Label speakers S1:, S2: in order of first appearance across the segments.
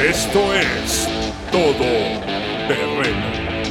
S1: Esto es Todo Terreno.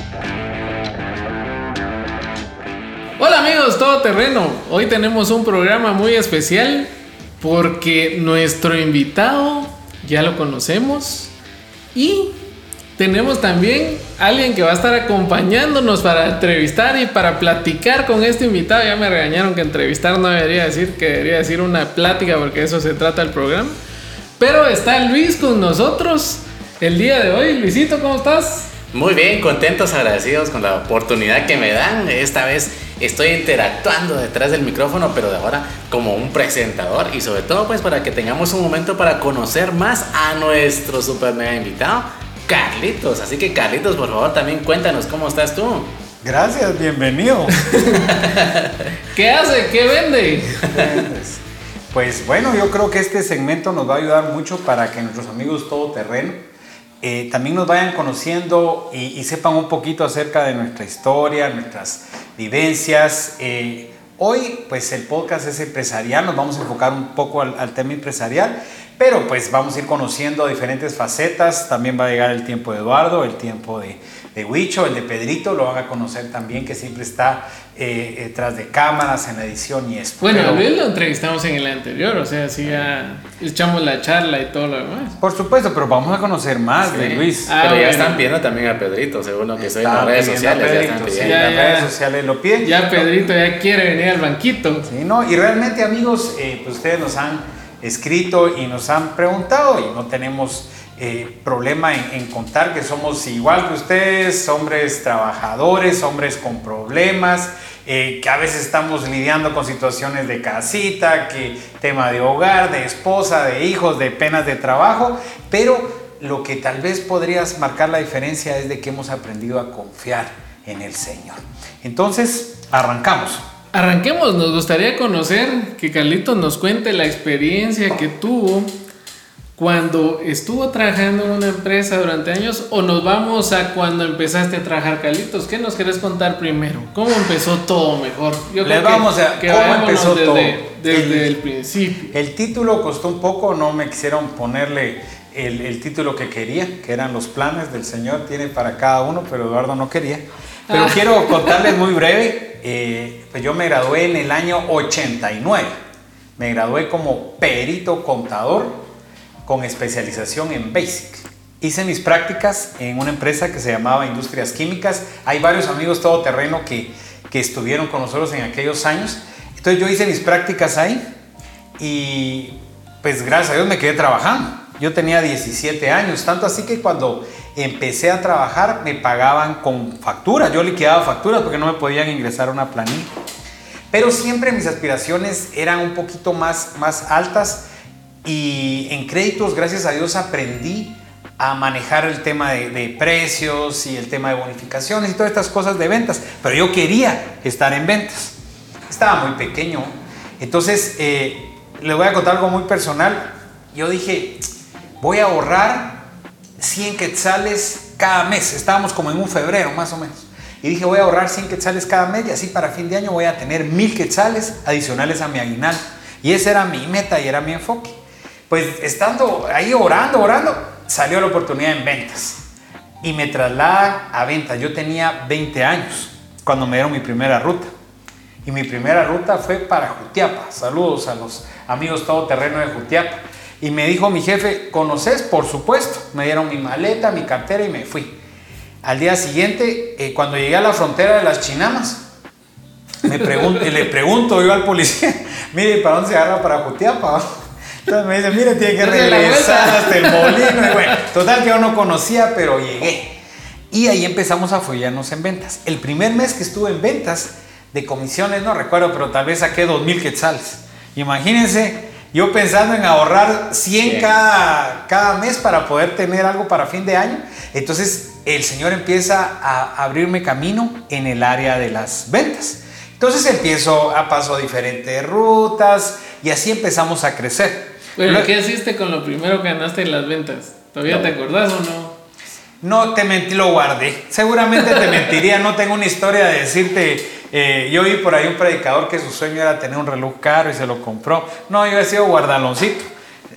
S2: Hola amigos, Todo Terreno. Hoy tenemos un programa muy especial porque nuestro invitado ya lo conocemos y tenemos también alguien que va a estar acompañándonos para entrevistar y para platicar con este invitado. Ya me regañaron que entrevistar no debería decir, que debería decir una plática porque eso se trata el programa. Pero está Luis con nosotros el día de hoy. Luisito, ¿cómo estás?
S3: Muy bien, contentos, agradecidos con la oportunidad que me dan. Esta vez estoy interactuando detrás del micrófono, pero de ahora como un presentador y sobre todo pues para que tengamos un momento para conocer más a nuestro super mega invitado, Carlitos. Así que Carlitos, por favor, también cuéntanos cómo estás tú.
S4: Gracias, bienvenido.
S2: ¿Qué hace? ¿Qué vende?
S4: Pues bueno, yo creo que este segmento nos va a ayudar mucho para que nuestros amigos todoterreno también nos vayan conociendo y sepan un poquito acerca de nuestra historia, nuestras vivencias. Hoy pues el podcast es empresarial, nos vamos a enfocar un poco al tema empresarial, pero pues vamos a ir conociendo diferentes facetas. También va a llegar el tiempo de Eduardo, el tiempo de Huicho, el de Pedrito, lo van a conocer también, que siempre está detrás de cámaras en la edición y esto.
S2: Bueno, a Luis lo entrevistamos en el anterior, o sea, sí ya echamos la charla y todo lo demás.
S4: Por supuesto, pero vamos a conocer más de Luis.
S3: Pero ya están viendo también a Pedrito, según lo que estoy en las redes sociales.
S4: Pedrito,
S3: ya están
S4: sí,
S3: pidiendo.
S4: las redes sociales lo piden.
S2: Ya Pedrito ya quiere venir al banquito.
S4: Sí, no, y realmente amigos, pues ustedes nos han escrito y nos han preguntado y no tenemos problema en contar que somos igual que ustedes, hombres trabajadores, hombres con problemas, que a veces estamos lidiando con situaciones de casita, que tema de hogar, de esposa, de hijos, de penas de trabajo, pero lo que tal vez podrías marcar la diferencia es de que hemos aprendido a confiar en el Señor. Entonces, arrancamos.
S2: Arranquemos, nos gustaría conocer que Carlitos nos cuente la experiencia que tuvo cuando estuvo trabajando en una empresa durante años, o nos vamos a cuando empezaste a trabajar, Carlitos. ¿Qué nos querés contar primero? ¿Cómo empezó todo mejor?
S4: Yo creo vamos a cómo empezó todo
S2: desde el principio.
S4: El título costó un poco, no me quisieron ponerle el título que quería, que eran los planes del Señor, tiene para cada uno, pero Eduardo no quería. Pero quiero contarles muy breve. Pues yo me gradué en el año 89. Me gradué como perito contador con especialización en Basic. Hice mis prácticas en una empresa que se llamaba Industrias Químicas. Hay varios amigos todoterreno que estuvieron con nosotros en aquellos años. Entonces yo hice mis prácticas ahí y pues gracias a Dios me quedé trabajando. Yo tenía 17 años, tanto así que cuando empecé a trabajar me pagaban con facturas. Yo liquidaba facturas porque no me podían ingresar a una planilla. Pero siempre mis aspiraciones eran un poquito más altas. Y en créditos, gracias a Dios, aprendí a manejar el tema de precios y el tema de bonificaciones y todas estas cosas de ventas. Pero yo quería estar en ventas. Estaba muy pequeño. Entonces, les voy a contar algo muy personal. Yo dije, voy a ahorrar 100 quetzales cada mes. Estábamos como en un febrero, más o menos. Y dije, voy a ahorrar 100 quetzales cada mes y así para fin de año voy a tener 1000 quetzales adicionales a mi aguinaldo. Y esa era mi meta y era mi enfoque. Pues estando ahí orando, salió la oportunidad en ventas y me trasladan a ventas. Yo tenía 20 años cuando me dieron mi primera ruta y mi primera ruta fue para Jutiapa. Saludos a los amigos todoterreno de Jutiapa. Y me dijo mi jefe, ¿conoces? Por supuesto. Me dieron mi maleta, mi cartera y me fui. Al día siguiente, cuando llegué a la frontera de las Chinamas, le pregunto yo al policía, mire, ¿para dónde se agarra para Jutiapa? Entonces me dice, mire, tiene que regresar hasta el molino. Y bueno, total que yo no conocía, pero llegué. Y ahí empezamos a follarnos en ventas. El primer mes que estuve en ventas de comisiones, no recuerdo, pero tal vez saqué 2000 quetzales. Imagínense, yo pensando en ahorrar 100 cada mes para poder tener algo para fin de año. Entonces el Señor empieza a abrirme camino en el área de las ventas. Entonces empiezo a paso diferentes rutas y así empezamos a crecer.
S2: Bueno, ¿qué hiciste con lo primero que ganaste en las ventas? ¿Todavía te acordás o no?
S4: No te mentí, lo guardé. Seguramente te mentiría, no tengo una historia de decirte. Yo vi por ahí un predicador que su sueño era tener un reloj caro y se lo compró. No, yo he sido guardaloncito.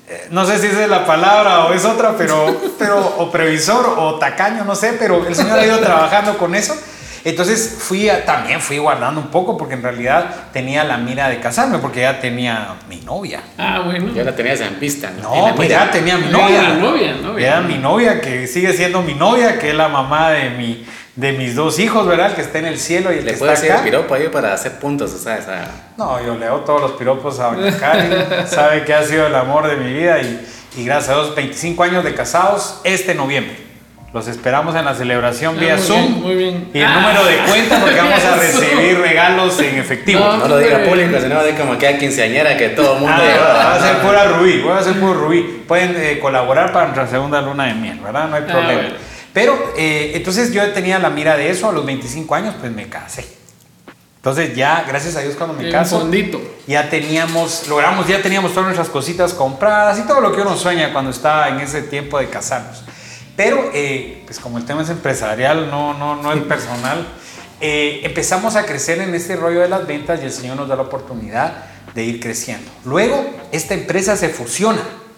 S4: no sé si esa es la palabra o es otra, pero o previsor o tacaño, no sé, pero el señor ha ido trabajando con eso. Entonces también fui guardando un poco porque en realidad tenía la mira de casarme porque ya tenía mi novia.
S2: Ah, bueno.
S3: Ya la tenías en pista, ¿no?
S4: No, pues ya tenía mi novia.
S2: Novia.
S4: Era mi novia, que sigue siendo mi novia, que es la mamá de mis dos hijos, ¿verdad? El que está en el cielo y el que está acá.
S3: ¿Le puedo hacer el piropo ahí para hacer puntos? O sea,
S4: No, yo le hago todos los piropos a doña Karen. Sabe que ha sido el amor de mi vida y gracias a Dios, 25 años de casados este noviembre. Los esperamos en la celebración vía Zoom.
S2: Muy bien.
S4: Y el número de cuenta porque vamos a recibir regalos en efectivo.
S3: No lo diga público, sino de como que a quinceañera que todo el mundo lleva.
S4: Va a ser pura rubí, voy a hacer puro rubí. Pueden colaborar para nuestra segunda luna de miel, ¿verdad? No hay problema.
S2: Bueno.
S4: Pero entonces yo tenía la mira de eso, a los 25 años pues me casé. Entonces ya, gracias a Dios, cuando me caso, ya teníamos todas nuestras cositas compradas y todo lo que uno sueña cuando está en ese tiempo de casarnos. Pero pues como el tema es empresarial, no es personal, empezamos a crecer en este rollo de las ventas y el Señor nos da la oportunidad de ir creciendo. Luego, esta empresa se fusiona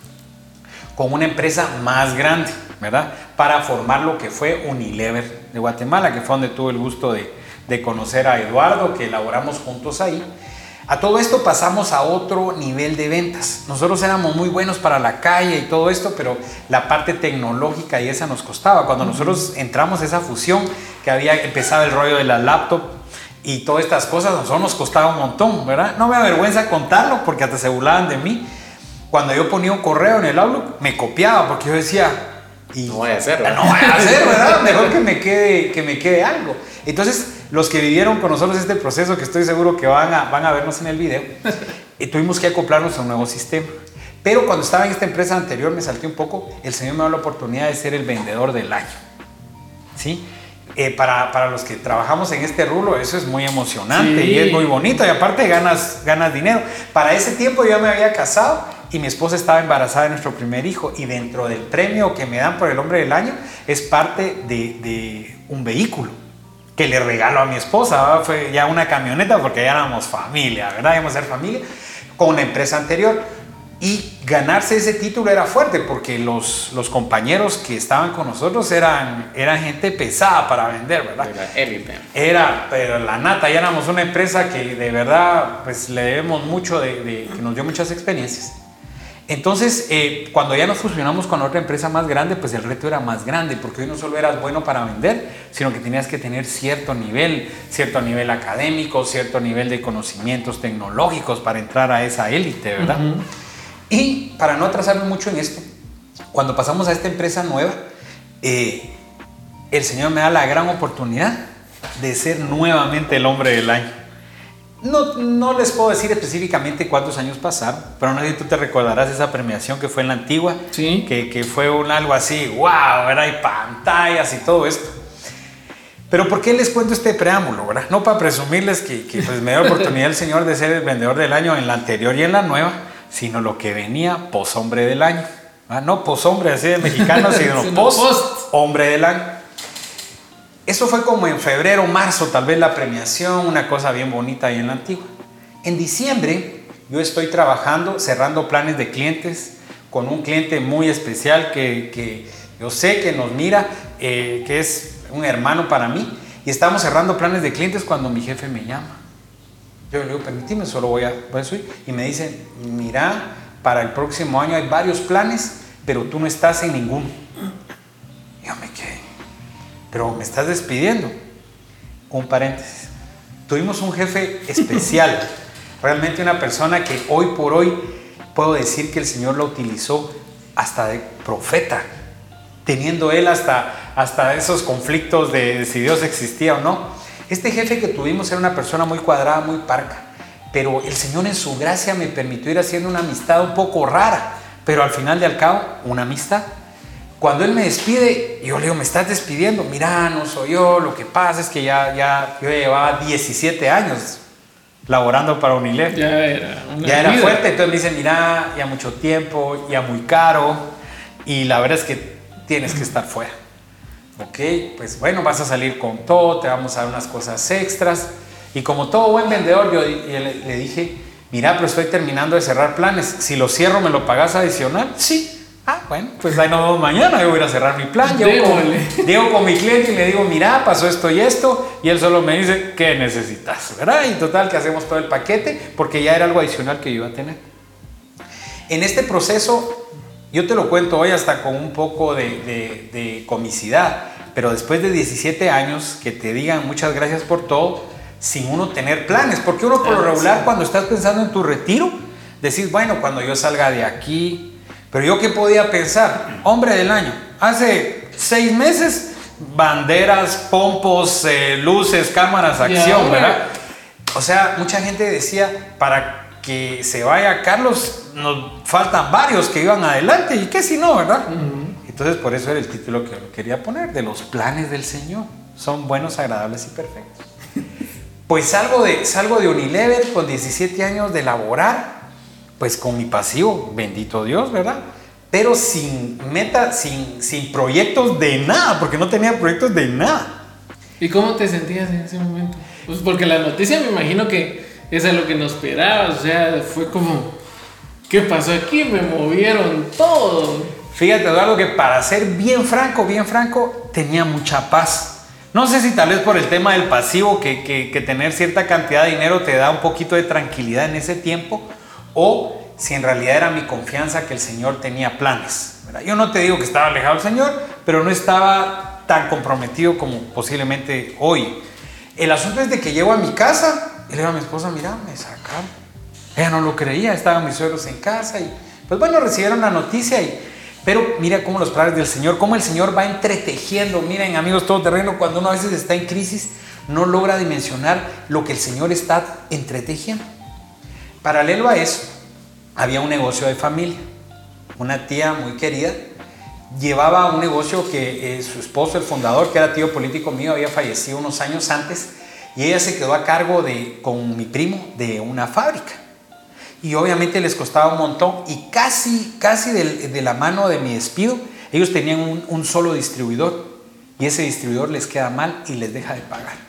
S4: con una empresa más grande, ¿verdad? Para formar lo que fue Unilever de Guatemala, que fue donde tuve el gusto de conocer a Eduardo, que elaboramos juntos ahí. A todo esto pasamos a otro nivel de ventas. Nosotros éramos muy buenos para la calle y todo esto, pero la parte tecnológica y esa nos costaba. Cuando nosotros entramos a esa fusión, que había empezado el rollo de la laptop y todas estas cosas, a nosotros nos costaba un montón, ¿verdad? No me avergüenza contarlo porque hasta se burlaban de mí. Cuando yo ponía un correo en el Outlook, me copiaba porque yo decía...
S3: no voy a hacer, ¿verdad?
S4: No voy a hacer, ¿verdad? Mejor que me quede algo. Entonces, los que vivieron con nosotros este proceso, que estoy seguro que van a vernos en el video, tuvimos que acoplarnos a un nuevo sistema. Pero cuando estaba en esta empresa anterior, me salté un poco, el Señor me dio la oportunidad de ser el vendedor del año. ¿Sí? Para los que trabajamos en este rubro, eso es muy emocionante y es muy bonito. Y aparte ganas dinero. Para ese tiempo yo me había casado y mi esposa estaba embarazada de nuestro primer hijo. Y dentro del premio que me dan por el hombre del año, es parte de un vehículo que le regalo a mi esposa, ¿verdad? Fue ya una camioneta porque ya éramos familia, ¿verdad? Íbamos a ser familia con la empresa anterior. Y ganarse ese título era fuerte porque los compañeros que estaban con nosotros eran gente pesada para vender, ¿verdad?
S3: De la élite.
S4: Pero la nata, ya éramos una empresa que de verdad pues le debemos mucho, que nos dio muchas experiencias. Entonces, cuando ya nos fusionamos con otra empresa más grande, pues el reto era más grande, porque hoy no solo eras bueno para vender, sino que tenías que tener cierto nivel académico, cierto nivel de conocimientos tecnológicos para entrar a esa élite, ¿verdad? Uh-huh. Y para no atrasarme mucho en esto, cuando pasamos a esta empresa nueva, el Señor me da la gran oportunidad de ser nuevamente el hombre del año. No les puedo decir específicamente cuántos años pasaron, pero no sé si tú te recordarás esa premiación que fue en la antigua,
S2: sí.
S4: que fue algo así, wow, ¿verdad? Y pantallas y todo esto. Pero ¿por qué les cuento este preámbulo, verdad? No para presumirles que pues me dio la oportunidad el Señor de ser el vendedor del año en la anterior y en la nueva, sino lo que venía poshombre del año. No poshombre así de mexicano, sino poshombre del año. Eso fue como en febrero, marzo, tal vez la premiación, una cosa bien bonita ahí en la antigua. En diciembre yo estoy trabajando, cerrando planes de clientes con un cliente muy especial que yo sé que nos mira, que es un hermano para mí, y estamos cerrando planes de clientes cuando mi jefe me llama. Yo le digo, permíteme, solo voy a subir. Y me dice, mira, para el próximo año hay varios planes, pero tú no estás en ninguno. Y yo me quedé. Pero me estás despidiendo. Un paréntesis. Tuvimos un jefe especial, realmente una persona que hoy por hoy puedo decir que el Señor lo utilizó hasta de profeta, teniendo él hasta esos conflictos de si Dios existía o no. Este jefe que tuvimos era una persona muy cuadrada, muy parca, pero el Señor en su gracia me permitió ir haciendo una amistad un poco rara, pero al final y al cabo, una amistad. Cuando él me despide, yo le digo, ¿me estás despidiendo? Mira, no soy yo, lo que pasa es que yo llevaba 17 años laborando para Unilever. Ya era fuerte, entonces me dice, mira, ya mucho tiempo, ya muy caro, y la verdad es que tienes que estar fuera. Ok, pues bueno, vas a salir con todo, te vamos a dar unas cosas extras. Y como todo buen vendedor, yo le dije, mira, pero estoy terminando de cerrar planes, si lo cierro, ¿me lo pagas adicional? Sí. Ah, bueno, pues ahí nos vemos mañana, yo voy a ir a cerrar mi plan. Llego con mi cliente y le digo, mira, pasó esto, y él solo me dice, ¿qué necesitas? ¿Verdad? Y total que hacemos todo el paquete, porque ya era algo adicional que yo iba a tener. En este proceso, yo te lo cuento hoy hasta con un poco de comicidad, pero después de 17 años, que te digan muchas gracias por todo, sin uno tener planes, porque uno por lo regular, cuando estás pensando en tu retiro, decís, bueno, cuando yo salga de aquí. Pero yo, ¿qué podía pensar? Hombre del año, hace 6 meses, banderas, pompos, luces, cámaras, acción, ¿verdad? O sea, mucha gente decía, para que se vaya Carlos, nos faltan varios que iban adelante, y qué si no, ¿verdad? Entonces, por eso era el título que yo quería poner, de los planes del Señor. Son buenos, agradables y perfectos. Pues salgo de Unilever con 17 años de laborar, pues con mi pasivo, bendito Dios, ¿verdad? Pero sin meta, sin proyectos de nada, porque no tenía proyectos de nada.
S2: ¿Y cómo te sentías en ese momento? Pues porque la noticia me imagino que es a lo que nos esperabas, o sea, fue como, ¿qué pasó aquí? Me movieron todo.
S4: Fíjate, Eduardo, que para ser bien franco, tenía mucha paz. No sé si tal vez por el tema del pasivo, que tener cierta cantidad de dinero te da un poquito de tranquilidad en ese tiempo, o si en realidad era mi confianza que el Señor tenía planes, ¿verdad? Yo no te digo que estaba alejado del Señor, pero no estaba tan comprometido como posiblemente hoy. El asunto es de que llego a mi casa y le digo a mi esposa, mira, me sacaron. Ella no lo creía, estaban mis suegros en casa y pues bueno, recibieron la noticia pero mira cómo los planes del Señor, cómo el Señor va entretejiendo. Miren, amigos todoterreno, cuando uno a veces está en crisis, no logra dimensionar lo que el Señor está entretejiendo. Paralelo a eso, había un negocio de familia. Una tía muy querida llevaba un negocio que su esposo, el fundador, que era tío político mío, había fallecido unos años antes, y ella se quedó a cargo con mi primo de una fábrica. Y obviamente les costaba un montón, y casi de la mano de mi despido, ellos tenían un solo distribuidor, y ese distribuidor les queda mal y les deja de pagar.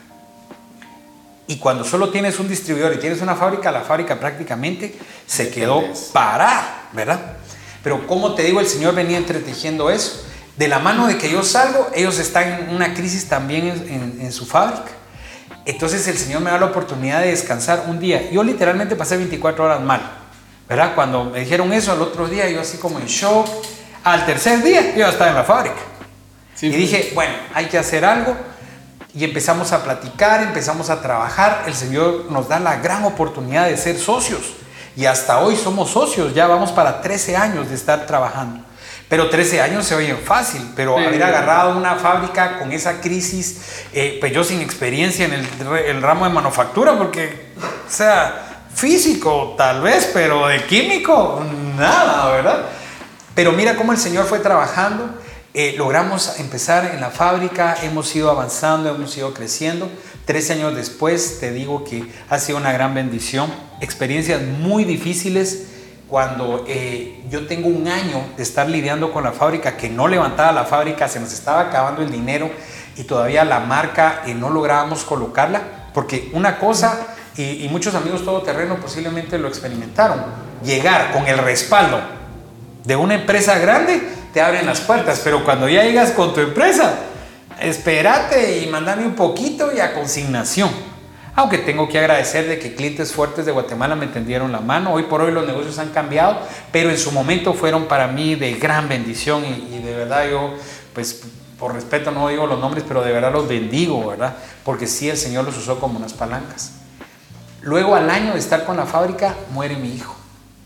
S4: Y cuando solo tienes un distribuidor y tienes una fábrica, la fábrica prácticamente se quedó parada, ¿verdad? Pero como te digo, el Señor venía entretejiendo eso. De la mano de que yo salgo, ellos están en una crisis también en su fábrica. Entonces el Señor me da la oportunidad de descansar un día. Yo literalmente pasé 24 horas mal, ¿verdad? Cuando me dijeron eso, al otro día yo así como en shock. Al tercer día yo ya estaba en la fábrica. Sí, y dije, bueno, hay que hacer algo. Y empezamos a platicar, empezamos a trabajar. El Señor nos da la gran oportunidad de ser socios. Y hasta hoy somos socios. Ya vamos para 13 años de estar trabajando. Pero 13 años se oyen fácil. Pero haber agarrado una fábrica con esa crisis, pues yo sin experiencia en el ramo de manufactura, porque, o sea, físico tal vez, pero de químico, nada, ¿verdad? Pero mira cómo el Señor fue trabajando. Logramos empezar en la fábrica, hemos ido avanzando, hemos ido creciendo. 13 años después, te digo que ha sido una gran bendición. Experiencias muy difíciles cuando yo tengo un año de estar lidiando con la fábrica, que no levantaba la fábrica, se nos estaba acabando el dinero y todavía la marca no lográbamos colocarla. Porque una cosa, y muchos amigos todoterreno posiblemente lo experimentaron, llegar con el respaldo de una empresa grande, te abren las puertas, pero cuando ya llegas con tu empresa, espérate y mandame un poquito y a consignación. Aunque tengo que agradecer de que clientes fuertes de Guatemala me tendieron la mano. Hoy por hoy los negocios han cambiado, pero en su momento fueron para mí de gran bendición y de verdad yo, pues por respeto no digo los nombres, pero de verdad los bendigo, ¿verdad? Porque sí, el Señor los usó como unas palancas. Luego, al año de estar con la fábrica, muere mi hijo.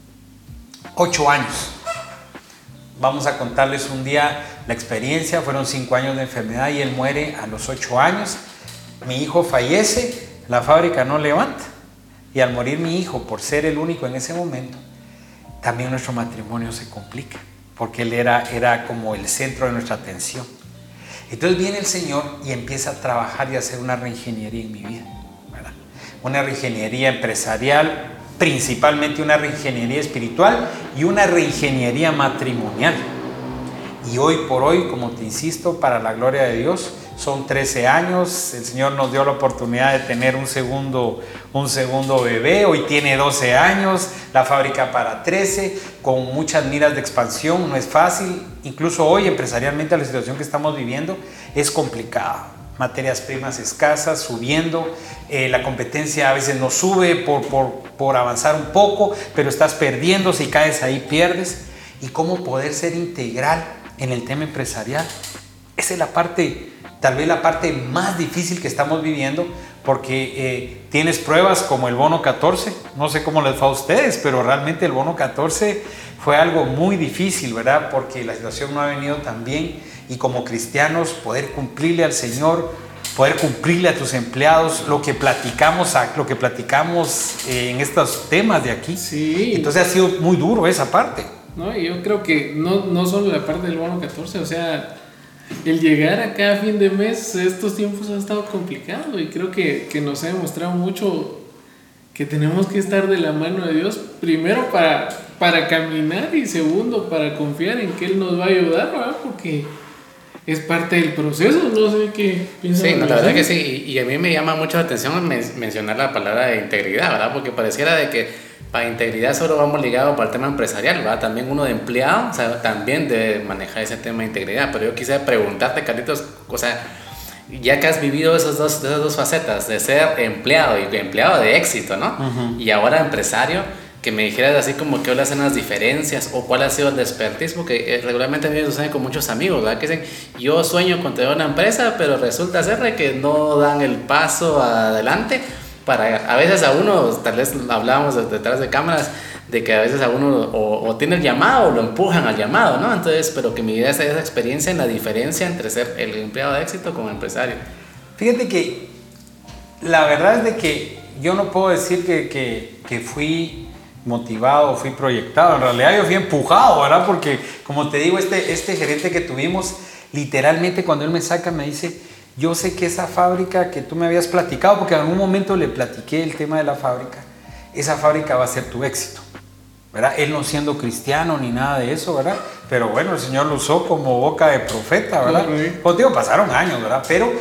S4: 8 años. Vamos a contarles un día la experiencia. Fueron 5 años de enfermedad y él muere a los 8 años. Mi hijo fallece, la fábrica no levanta. Y al morir mi hijo, por ser el único en ese momento, también nuestro matrimonio se complica, porque él era como el centro de nuestra atención. Entonces viene el Señor y empieza a trabajar y a hacer una reingeniería en mi vida, ¿verdad? Una reingeniería empresarial, principalmente una reingeniería espiritual y una reingeniería matrimonial. Y hoy por hoy, como te insisto, para la gloria de Dios, son 13 años, el Señor nos dio la oportunidad de tener un segundo bebé, hoy tiene 12 años, la fábrica para 13, con muchas miras de expansión, no es fácil, incluso hoy empresarialmente la situación que estamos viviendo es complicada, materias primas escasas, subiendo, la competencia a veces no sube por avanzar un poco, pero estás perdiendo, si caes ahí pierdes, y cómo poder ser integral en el tema empresarial, esa es la parte, tal vez la parte más difícil que estamos viviendo, porque tienes pruebas como el bono 14, no sé cómo les fue a ustedes, pero realmente el bono 14 fue algo muy difícil, ¿verdad? Porque la situación no ha venido tan bien y como cristianos poder cumplirle al Señor, poder cumplirle a tus empleados lo que platicamos en estos temas de aquí.
S2: Sí.
S4: Entonces ha sido muy duro esa parte.
S2: No, yo creo que no solo la parte del bono 14, o sea, el llegar a cada fin de mes, estos tiempos ha estado complicado y creo que nos ha demostrado mucho que tenemos que estar de la mano de Dios, primero para caminar y segundo para confiar en que Él nos va a ayudar, ¿verdad? Porque es parte del proceso, no sé qué piensan.
S3: Sí, no, la verdad que sí, y a mí me llama mucho la atención mencionar la palabra de integridad, ¿verdad? Porque pareciera de que para integridad solo vamos ligados para el tema empresarial, ¿verdad? También uno de empleado, o sea, también debe manejar ese tema de integridad, pero yo quisiera preguntarte, Carlitos, o sea, ya que has vivido esas dos facetas, de ser empleado y empleado de éxito, ¿no? Uh-huh. Y ahora empresario, que me dijeras así como que cuáles son las diferencias o cuál ha sido el desperdicio, porque regularmente a mí me sucede con muchos amigos, ¿verdad? Que dicen, yo sueño con tener una empresa, pero resulta ser de que no dan el paso adelante. A veces a uno, tal vez hablábamos detrás de cámaras, de que a veces a uno o tiene el llamado o lo empujan al llamado, ¿no? Entonces, pero que me diera esa experiencia en la diferencia entre ser el empleado de éxito como empresario.
S4: Fíjate que la verdad es de que yo no puedo decir que fui motivado o fui proyectado, en realidad yo fui empujado, ¿verdad? Porque como te digo, este gerente que tuvimos, literalmente cuando él me saca me dice, yo sé que esa fábrica que tú me habías platicado, porque en algún momento le platiqué el tema de la fábrica, esa fábrica va a ser tu éxito, ¿verdad? Él no siendo cristiano ni nada de eso, ¿verdad? Pero bueno, el Señor lo usó como boca de profeta, ¿verdad? Como te digo, pasaron años, ¿verdad? Pero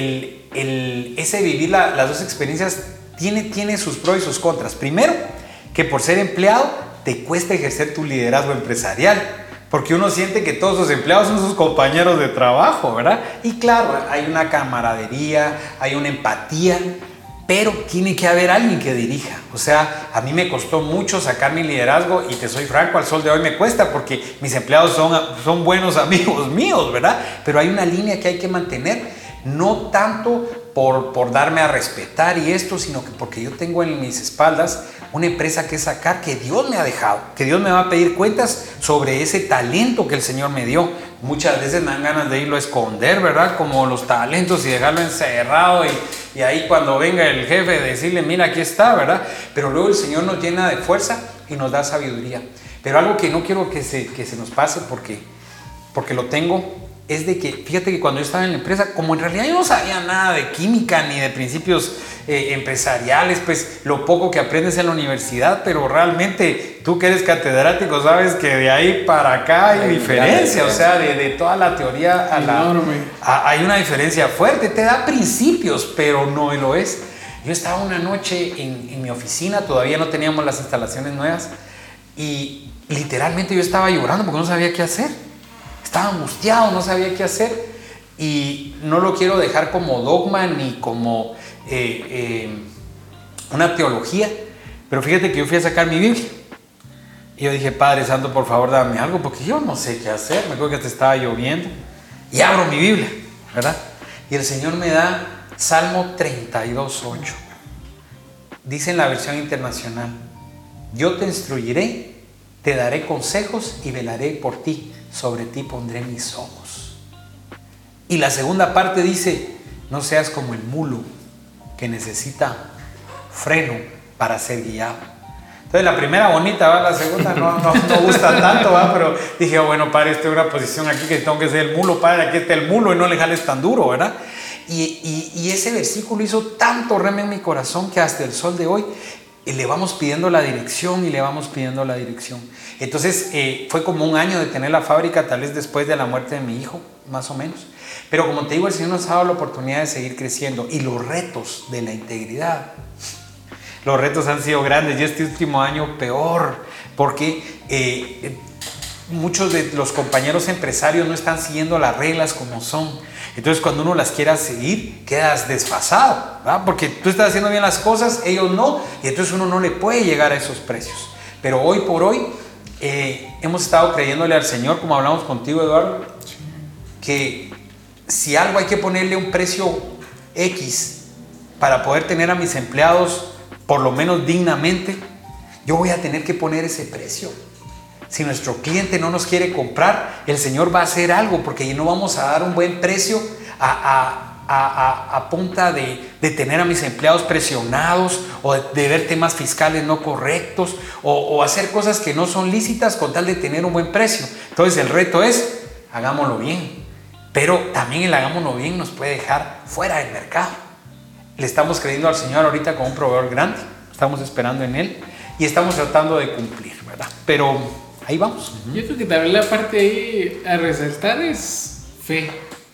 S4: ese vivir las dos experiencias tiene sus pros y sus contras. Primero, que por ser empleado te cuesta ejercer tu liderazgo empresarial, porque uno siente que todos sus empleados son sus compañeros de trabajo, ¿verdad? Y claro, hay una camaradería, hay una empatía, pero tiene que haber alguien que dirija. O sea, a mí me costó mucho sacar mi liderazgo y te soy franco, al sol de hoy me cuesta porque mis empleados son buenos amigos míos, ¿verdad? Pero hay una línea que hay que mantener, no tanto por darme a respetar y esto, sino que porque yo tengo en mis espaldas una empresa que sacar, que Dios me ha dejado, que Dios me va a pedir cuentas sobre ese talento que el Señor me dio. Muchas veces me dan ganas de irlo a esconder, ¿verdad? Como los talentos y dejarlo encerrado y ahí cuando venga el jefe decirle, mira, aquí está, ¿verdad? Pero luego el Señor nos llena de fuerza y nos da sabiduría. Pero algo que no quiero que se nos pase porque lo tengo, es de que, fíjate que cuando yo estaba en la empresa, como en realidad yo no sabía nada de química ni de principios empresariales, pues lo poco que aprendes en la universidad, pero realmente tú que eres catedrático sabes que de ahí para acá hay diferencia, o sea, de toda la teoría hay una diferencia fuerte, te da principios, pero no lo es. Yo estaba una noche en mi oficina, todavía no teníamos las instalaciones nuevas y literalmente yo estaba llorando porque no sabía qué hacer. Estaba angustiado, no sabía qué hacer y no lo quiero dejar como dogma ni como una teología, pero fíjate que yo fui a sacar mi Biblia y yo dije, Padre Santo, por favor dame algo porque yo no sé qué hacer, me acuerdo que te estaba lloviendo y abro mi Biblia, ¿verdad? Y el Señor me da Salmo 32:8, dice en la versión internacional, yo te instruiré, te daré consejos y velaré por ti. Sobre ti pondré mis ojos. Y la segunda parte dice, no seas como el mulo que necesita freno para ser guiado. Entonces la primera bonita, ¿va? La segunda no gusta tanto, ¿va? Pero dije, bueno, Padre, estoy en una posición aquí que tengo que ser el mulo, Padre, aquí está el mulo y no le jales tan duro, ¿verdad? Y ese versículo hizo tanto reme en mi corazón que hasta el sol de hoy y le vamos pidiendo la dirección y le vamos pidiendo la dirección. Entonces fue como un año de tener la fábrica, tal vez después de la muerte de mi hijo, más o menos. Pero como te digo, el Señor nos ha dado la oportunidad de seguir creciendo. Y los retos de la integridad, los retos han sido grandes. Y este último año peor, porque muchos de los compañeros empresarios no están siguiendo las reglas como son. Entonces cuando uno las quiera seguir, quedas desfasado, ¿verdad? Porque tú estás haciendo bien las cosas, ellos no, y entonces uno no le puede llegar a esos precios. Pero hoy por hoy hemos estado creyéndole al Señor, como hablamos contigo, Eduardo, que si algo hay que ponerle un precio X para poder tener a mis empleados por lo menos dignamente, yo voy a tener que poner ese precio. Si nuestro cliente no nos quiere comprar, el Señor va a hacer algo, porque no vamos a dar un buen precio a punta de tener a mis empleados presionados, o de ver temas fiscales no correctos, o hacer cosas que no son lícitas con tal de tener un buen precio. Entonces el reto es, hagámoslo bien, pero también el hagámoslo bien nos puede dejar fuera del mercado. Le estamos creyendo al Señor ahorita con un proveedor grande, estamos esperando en Él y estamos tratando de cumplir, ¿verdad? Pero ahí vamos.
S2: Yo creo que también la parte ahí a resaltar es fe.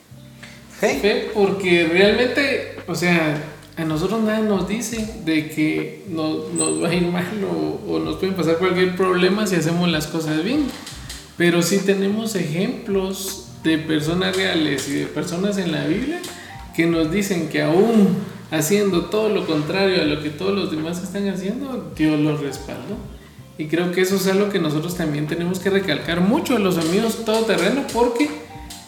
S2: Fe, porque realmente, o sea, a nosotros nada nos dice de que nos va a ir mal o nos pueden pasar cualquier problema si hacemos las cosas bien. Pero sí tenemos ejemplos de personas reales y de personas en la Biblia que nos dicen que aún haciendo todo lo contrario a lo que todos los demás están haciendo, Dios los respaldó. Y creo que eso es algo que nosotros también tenemos que recalcar mucho a los amigos todoterreno, porque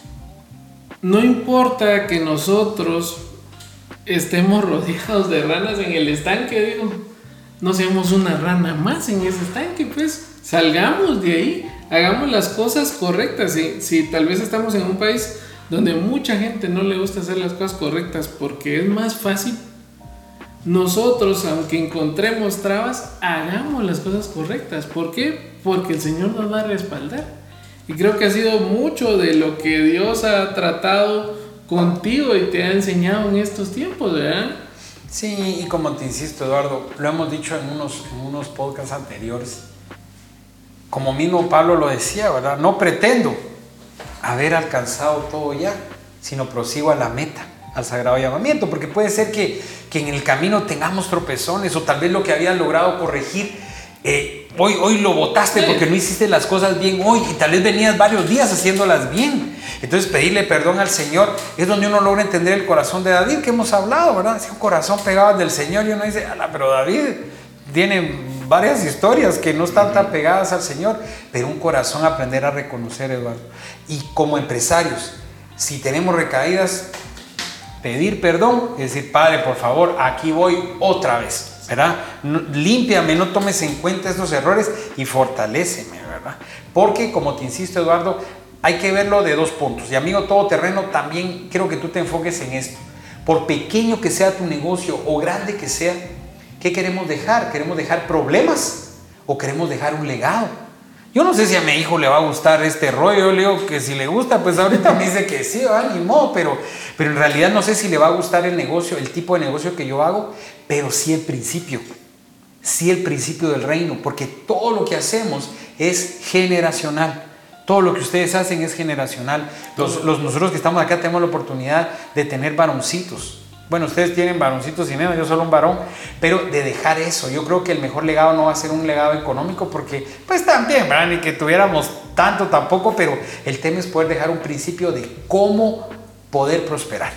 S2: no importa que nosotros estemos rodeados de ranas en el estanque, digo, no seamos una rana más en ese estanque, pues salgamos de ahí, hagamos las cosas correctas. Si tal vez estamos en un país donde mucha gente no le gusta hacer las cosas correctas porque es más fácil, nosotros, aunque encontremos trabas, hagamos las cosas correctas. ¿Por qué? Porque el Señor nos va a respaldar. Y creo que ha sido mucho de lo que Dios ha tratado contigo y te ha enseñado en estos tiempos, ¿verdad?
S4: Sí, y como te insisto, Eduardo, lo hemos dicho en unos podcasts anteriores. Como mismo Pablo lo decía, ¿verdad? No pretendo haber alcanzado todo ya, sino prosigo a la meta, al sagrado llamamiento, porque puede ser que en el camino tengamos tropezones, o tal vez lo que habías logrado corregir, hoy lo botaste porque no hiciste las cosas bien hoy, y tal vez venías varios días haciéndolas bien. Entonces pedirle perdón al Señor es donde uno logra entender el corazón de David, que hemos hablado, ¿verdad? Es un corazón pegado del Señor, y uno dice, pero David tiene varias historias que no están tan pegadas al Señor, pero un corazón aprender a reconocer, Eduardo. Y como empresarios, si tenemos recaídas, pedir perdón, es decir, Padre, por favor, aquí voy otra vez, ¿verdad? Límpiame, no tomes en cuenta estos errores y fortaléceme, ¿verdad? Porque, como te insisto, Eduardo, hay que verlo de dos puntos. Y amigo todoterreno, también quiero que tú te enfoques en esto. Por pequeño que sea tu negocio o grande que sea, ¿qué queremos dejar? ¿Queremos dejar problemas o queremos dejar un legado? Yo no sé si a mi hijo le va a gustar este rollo. Yo le digo que si le gusta, pues ahorita me dice que sí, ni modo, pero en realidad no sé si le va a gustar el negocio, el tipo de negocio que yo hago, pero sí el principio del reino, porque todo lo que hacemos es generacional. Todo lo que ustedes hacen es generacional. Nosotros que estamos acá tenemos la oportunidad de tener varoncitos. Bueno, ustedes tienen varoncitos y nenas, yo solo un varón, pero de dejar eso. Yo creo que el mejor legado no va a ser un legado económico, porque pues también, ¿verdad? Ni que tuviéramos tanto tampoco, pero el tema es poder dejar un principio de cómo poder prosperar.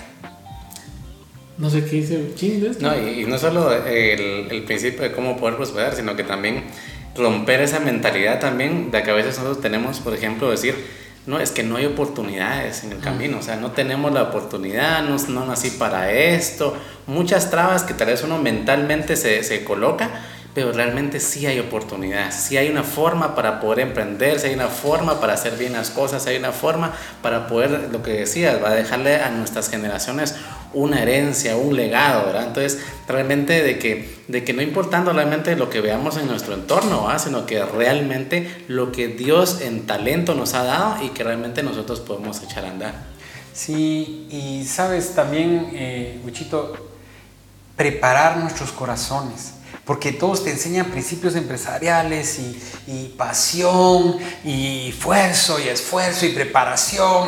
S2: No sé qué dice Ching.
S3: No, y no solo el principio de cómo poder prosperar, sino que también romper esa mentalidad también de que a veces nosotros tenemos, por ejemplo, decir, no, es que no hay oportunidades en el camino, o sea, no tenemos la oportunidad, no nací para esto, muchas trabas que tal vez uno mentalmente se coloca, pero realmente sí hay oportunidades, sí hay una forma para poder emprender, sí hay una forma para hacer bien las cosas, sí hay una forma para poder, lo que decías, va a dejarle a nuestras generaciones una herencia, un legado, ¿verdad? Entonces, realmente de que no importando realmente lo que veamos en nuestro entorno, ¿verdad? Sino que realmente lo que Dios en talento nos ha dado y que realmente nosotros podemos echar a andar.
S4: Sí, y sabes también, Wichito, preparar nuestros corazones. Porque todos te enseñan principios empresariales y pasión y esfuerzo y preparación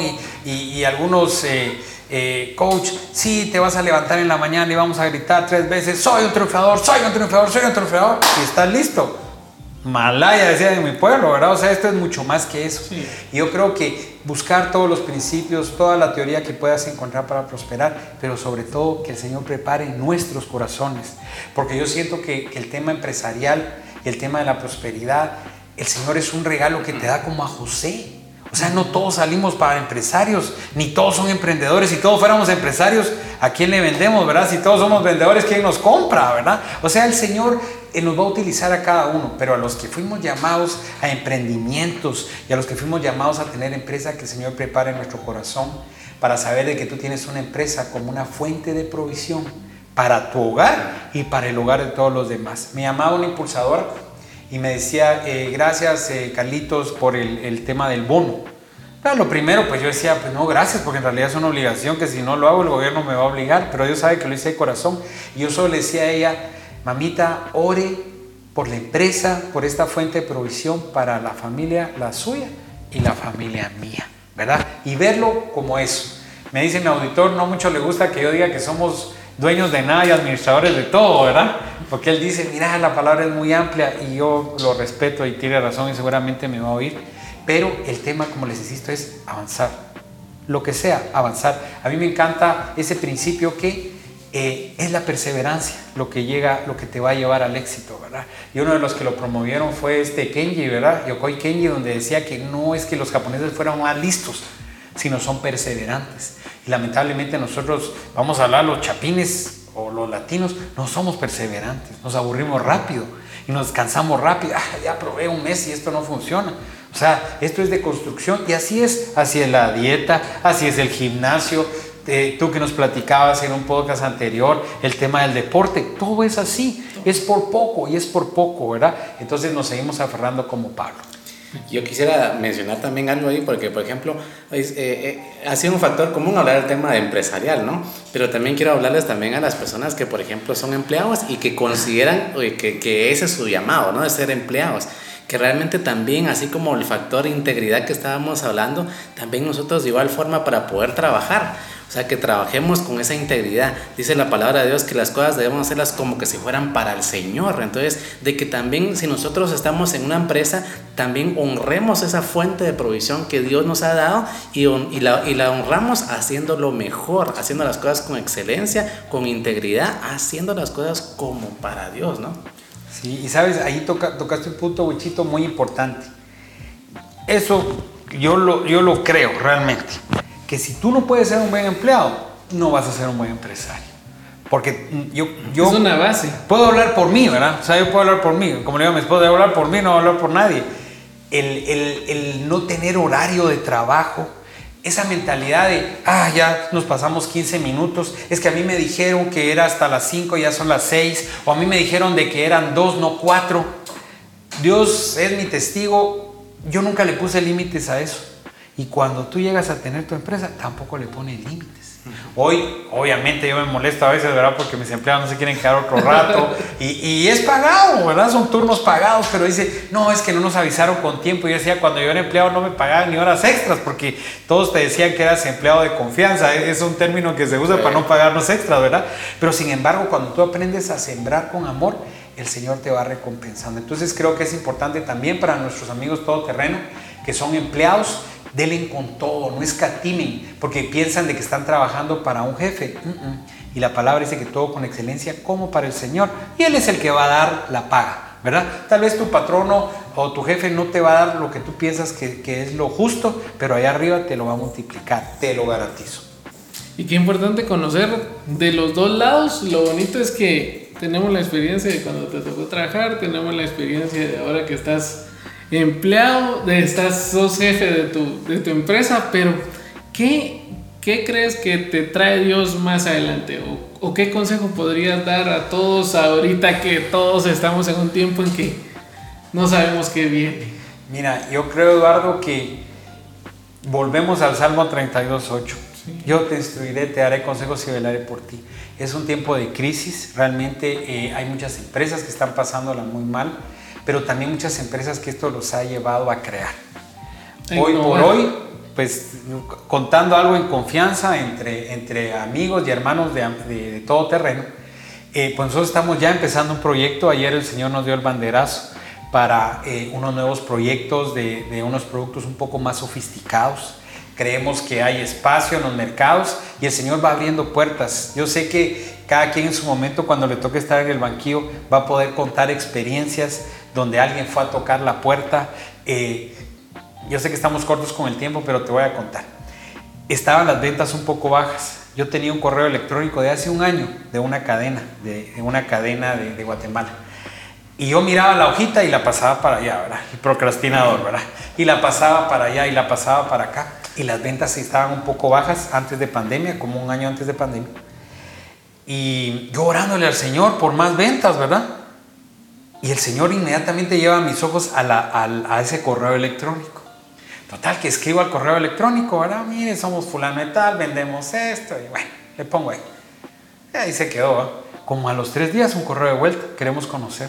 S4: y algunos coach, sí, te vas a levantar en la mañana y vamos a gritar 3 veces, soy un triunfador, soy un triunfador, soy un triunfador, y estás listo. Malaya, decía en mi pueblo, ¿verdad? O sea, esto es mucho más que eso. Sí. Y yo creo que buscar todos los principios, toda la teoría que puedas encontrar para prosperar, pero sobre todo que el Señor prepare nuestros corazones. Porque yo siento que el tema empresarial, el tema de la prosperidad, el Señor es un regalo que te da como a José. O sea, no todos salimos para empresarios, ni todos son emprendedores. Si todos fuéramos empresarios, ¿a quién le vendemos, verdad? Si todos somos vendedores, ¿quién nos compra, verdad? O sea, el Señor nos va a utilizar a cada uno, pero a los que fuimos llamados a emprendimientos y a los que fuimos llamados a tener empresa, que el Señor prepare nuestro corazón para saber de que tú tienes una empresa como una fuente de provisión para tu hogar y para el hogar de todos los demás. Me llamaba una impulsadora y me decía, gracias Carlitos por el tema del bono. Pero lo primero, pues yo decía, pues no, gracias, porque en realidad es una obligación que si no lo hago el gobierno me va a obligar, pero Dios sabe que lo hice de corazón. Y yo solo le decía a ella, mamita, ore por la empresa, por esta fuente de provisión para la familia, la suya y la familia mía, ¿verdad? Y verlo como eso. Me dice mi auditor, no mucho le gusta que yo diga que somos dueños de nada y administradores de todo, ¿verdad? Porque él dice, mira, la palabra es muy amplia y yo lo respeto y tiene razón y seguramente me va a oír. Pero el tema, como les insisto, es avanzar. Lo que sea, avanzar. A mí me encanta ese principio que es la perseverancia lo que te va a llevar al éxito, ¿verdad? Y uno de los que lo promovieron fue Kenji, ¿verdad? Yokoi Kenji, donde decía que no es que los japoneses fueran más listos, sino son perseverantes. Y lamentablemente nosotros, vamos a hablar, los chapines o los latinos, no somos perseverantes, nos aburrimos rápido y nos cansamos rápido. Ya probé un mes y esto no funciona. O sea, esto es de construcción y así es la dieta, así es el gimnasio. Tú que nos platicabas en un podcast anterior, el tema del deporte, todo es así, es por poco, ¿verdad? Entonces nos seguimos aferrando como Pablo.
S3: Yo quisiera mencionar también algo ahí, porque por ejemplo ha sido un factor común hablar del tema de empresarial, ¿no? Pero también quiero hablarles también a las personas que por ejemplo son empleados y que consideran que ese es su llamado, ¿no? De ser empleados. Que realmente también, así como el factor integridad que estábamos hablando, también nosotros de igual forma para poder trabajar, o sea, que trabajemos con esa integridad. Dice la palabra de Dios que las cosas debemos hacerlas como que si fueran para el Señor. Entonces, de que también si nosotros estamos en una empresa, también honremos esa fuente de provisión que Dios nos ha dado y la honramos haciéndolo mejor, haciendo las cosas con excelencia, con integridad, haciendo las cosas como para Dios, ¿no?
S4: Sí, y sabes, ahí tocaste un punto, Wichito, muy importante. Eso yo lo creo realmente, que si tú no puedes ser un buen empleado, no vas a ser un buen empresario. Porque yo
S2: es una base.
S4: Puedo hablar por mí, ¿verdad? O sea, yo puedo hablar por mí. Como le digo a mi esposa, voy a hablar por mí, no voy a hablar por nadie. El no tener horario de trabajo, esa mentalidad de, ya nos pasamos 15 minutos, es que a mí me dijeron que era hasta las 5, ya son las 6, o a mí me dijeron de que eran 2, no 4. Dios es mi testigo, yo nunca le puse límites a eso. Y cuando tú llegas a tener tu empresa, tampoco le pones límites. Hoy, obviamente, yo me molesto a veces, ¿verdad? Porque mis empleados no se quieren quedar otro rato. Y es pagado, ¿verdad? Son turnos pagados, pero dice, no, es que no nos avisaron con tiempo. Yo decía, cuando yo era empleado no me pagaban ni horas extras, porque todos te decían que eras empleado de confianza. Es un término que se usa para no pagarnos extras, ¿verdad? Pero sin embargo, cuando tú aprendes a sembrar con amor, el Señor te va recompensando. Entonces creo que es importante también para nuestros amigos todoterreno, que son empleados, denle con todo, no escatimen, porque piensan de que están trabajando para un jefe. Y la palabra dice que todo con excelencia como para el Señor, y Él es el que va a dar la paga, ¿verdad? Tal vez tu patrono o tu jefe no te va a dar lo que tú piensas que es lo justo, pero allá arriba te lo va a multiplicar, te lo garantizo.
S2: Y qué importante conocer de los dos lados. Lo bonito es que tenemos la experiencia de cuando te tocó trabajar, tenemos la experiencia de ahora que estás empleado, sos jefe de tu empresa, pero ¿qué crees que te trae Dios más adelante? ¿O qué consejo podrías dar a todos ahorita que todos estamos en un tiempo en que no sabemos qué viene?
S4: Mira, yo creo, Eduardo, que volvemos al Salmo 32:8.
S2: Sí.
S4: Yo te instruiré, te daré consejos y velaré por ti. Es un tiempo de crisis, realmente hay muchas empresas que están pasándola muy mal, pero también muchas empresas que esto los ha llevado a crear. Hoy por hoy, pues contando algo en confianza entre amigos y hermanos de todo terreno, pues nosotros estamos ya empezando un proyecto. Ayer el Señor nos dio el banderazo para unos nuevos proyectos de unos productos un poco más sofisticados. Creemos que hay espacio en los mercados y el Señor va abriendo puertas. Yo sé que cada quien en su momento, cuando le toque estar en el banquillo, va a poder contar experiencias donde alguien fue a tocar la puerta. Yo sé que estamos cortos con el tiempo, pero te voy a contar. Estaban las ventas un poco bajas. Yo tenía un correo electrónico de hace un año de una cadena de Guatemala. Y yo miraba la hojita y la pasaba para allá, ¿verdad? Y procrastinador, ¿verdad? Y la pasaba para allá y la pasaba para acá. Y las ventas estaban un poco bajas antes de pandemia, como un año antes de pandemia. Y yo orándole al Señor por más ventas, ¿verdad? Y el Señor inmediatamente lleva mis ojos a ese correo electrónico. Total, que escribo al correo electrónico, ¿verdad? Mire, somos fulano de tal, vendemos esto. Y bueno, le pongo ahí. Y ahí se quedó, ¿verdad? Como a los 3 días un correo de vuelta, queremos conocer.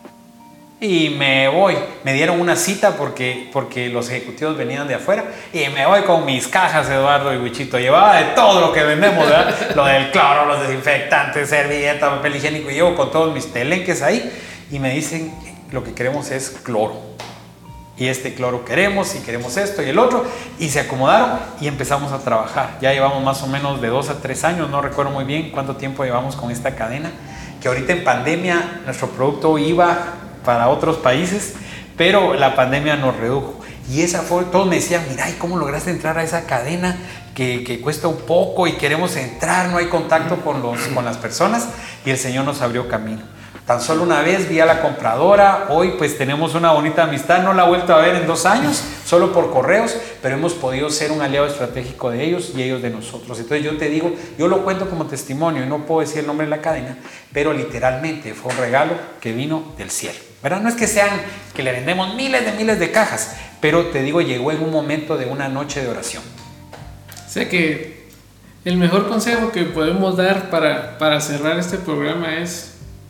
S4: Y me voy, me dieron una cita porque los ejecutivos venían de afuera y me voy con mis cajas, Eduardo y Wichito. Llevaba de todo lo que vendemos, ¿verdad? Lo del cloro, los desinfectantes, servilleta, papel higiénico, y llevo con todos mis telenques ahí y me dicen, lo que queremos es cloro. Y este cloro queremos y queremos esto y el otro, y se acomodaron y empezamos a trabajar. Ya llevamos más o menos de 2 a 3 años, no recuerdo muy bien cuánto tiempo llevamos con esta cadena, que ahorita en pandemia nuestro producto iba para otros países, pero la pandemia nos redujo. Y esa fue, todos me decían, mira, ¿y cómo lograste entrar a esa cadena que cuesta un poco y queremos entrar, no hay contacto con las personas? Y el Señor nos abrió camino. Tan solo una vez vi a la compradora, hoy pues tenemos una bonita amistad, no la he vuelto a ver en 2 años, solo por correos, pero hemos podido ser un aliado estratégico de ellos y ellos de nosotros. Entonces yo te digo, yo lo cuento como testimonio y no puedo decir el nombre de la cadena, pero literalmente fue un regalo que vino del cielo, ¿verdad? No es que le vendemos miles de cajas, pero te digo, llegó en un momento de una noche de oración.
S2: Sé que el mejor consejo que podemos dar para cerrar este programa es: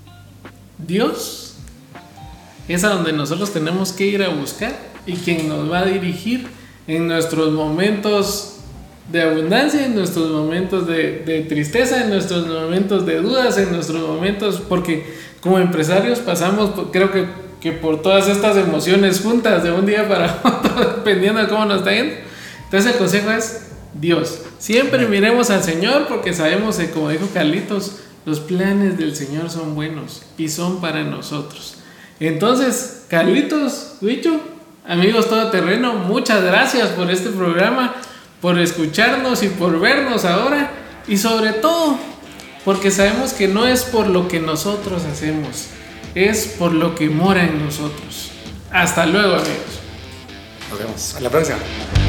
S2: Dios es a donde nosotros tenemos que ir a buscar, y quien nos va a dirigir en nuestros momentos de abundancia, en nuestros momentos de tristeza, en nuestros momentos de dudas, en nuestros momentos, porque como empresarios pasamos, creo que por todas estas emociones juntas de un día para otro, dependiendo de cómo nos está yendo. Entonces el consejo es Dios. Siempre miremos al Señor, porque sabemos que, como dijo Carlitos, los planes del Señor son buenos y son para nosotros. Entonces, Carlitos, Huicho, amigos todoterreno, muchas gracias por este programa, por escucharnos y por vernos ahora, y sobre todo porque sabemos que no es por lo que nosotros hacemos, es por lo que mora en nosotros. Hasta luego, amigos.
S3: Nos vemos. A la próxima.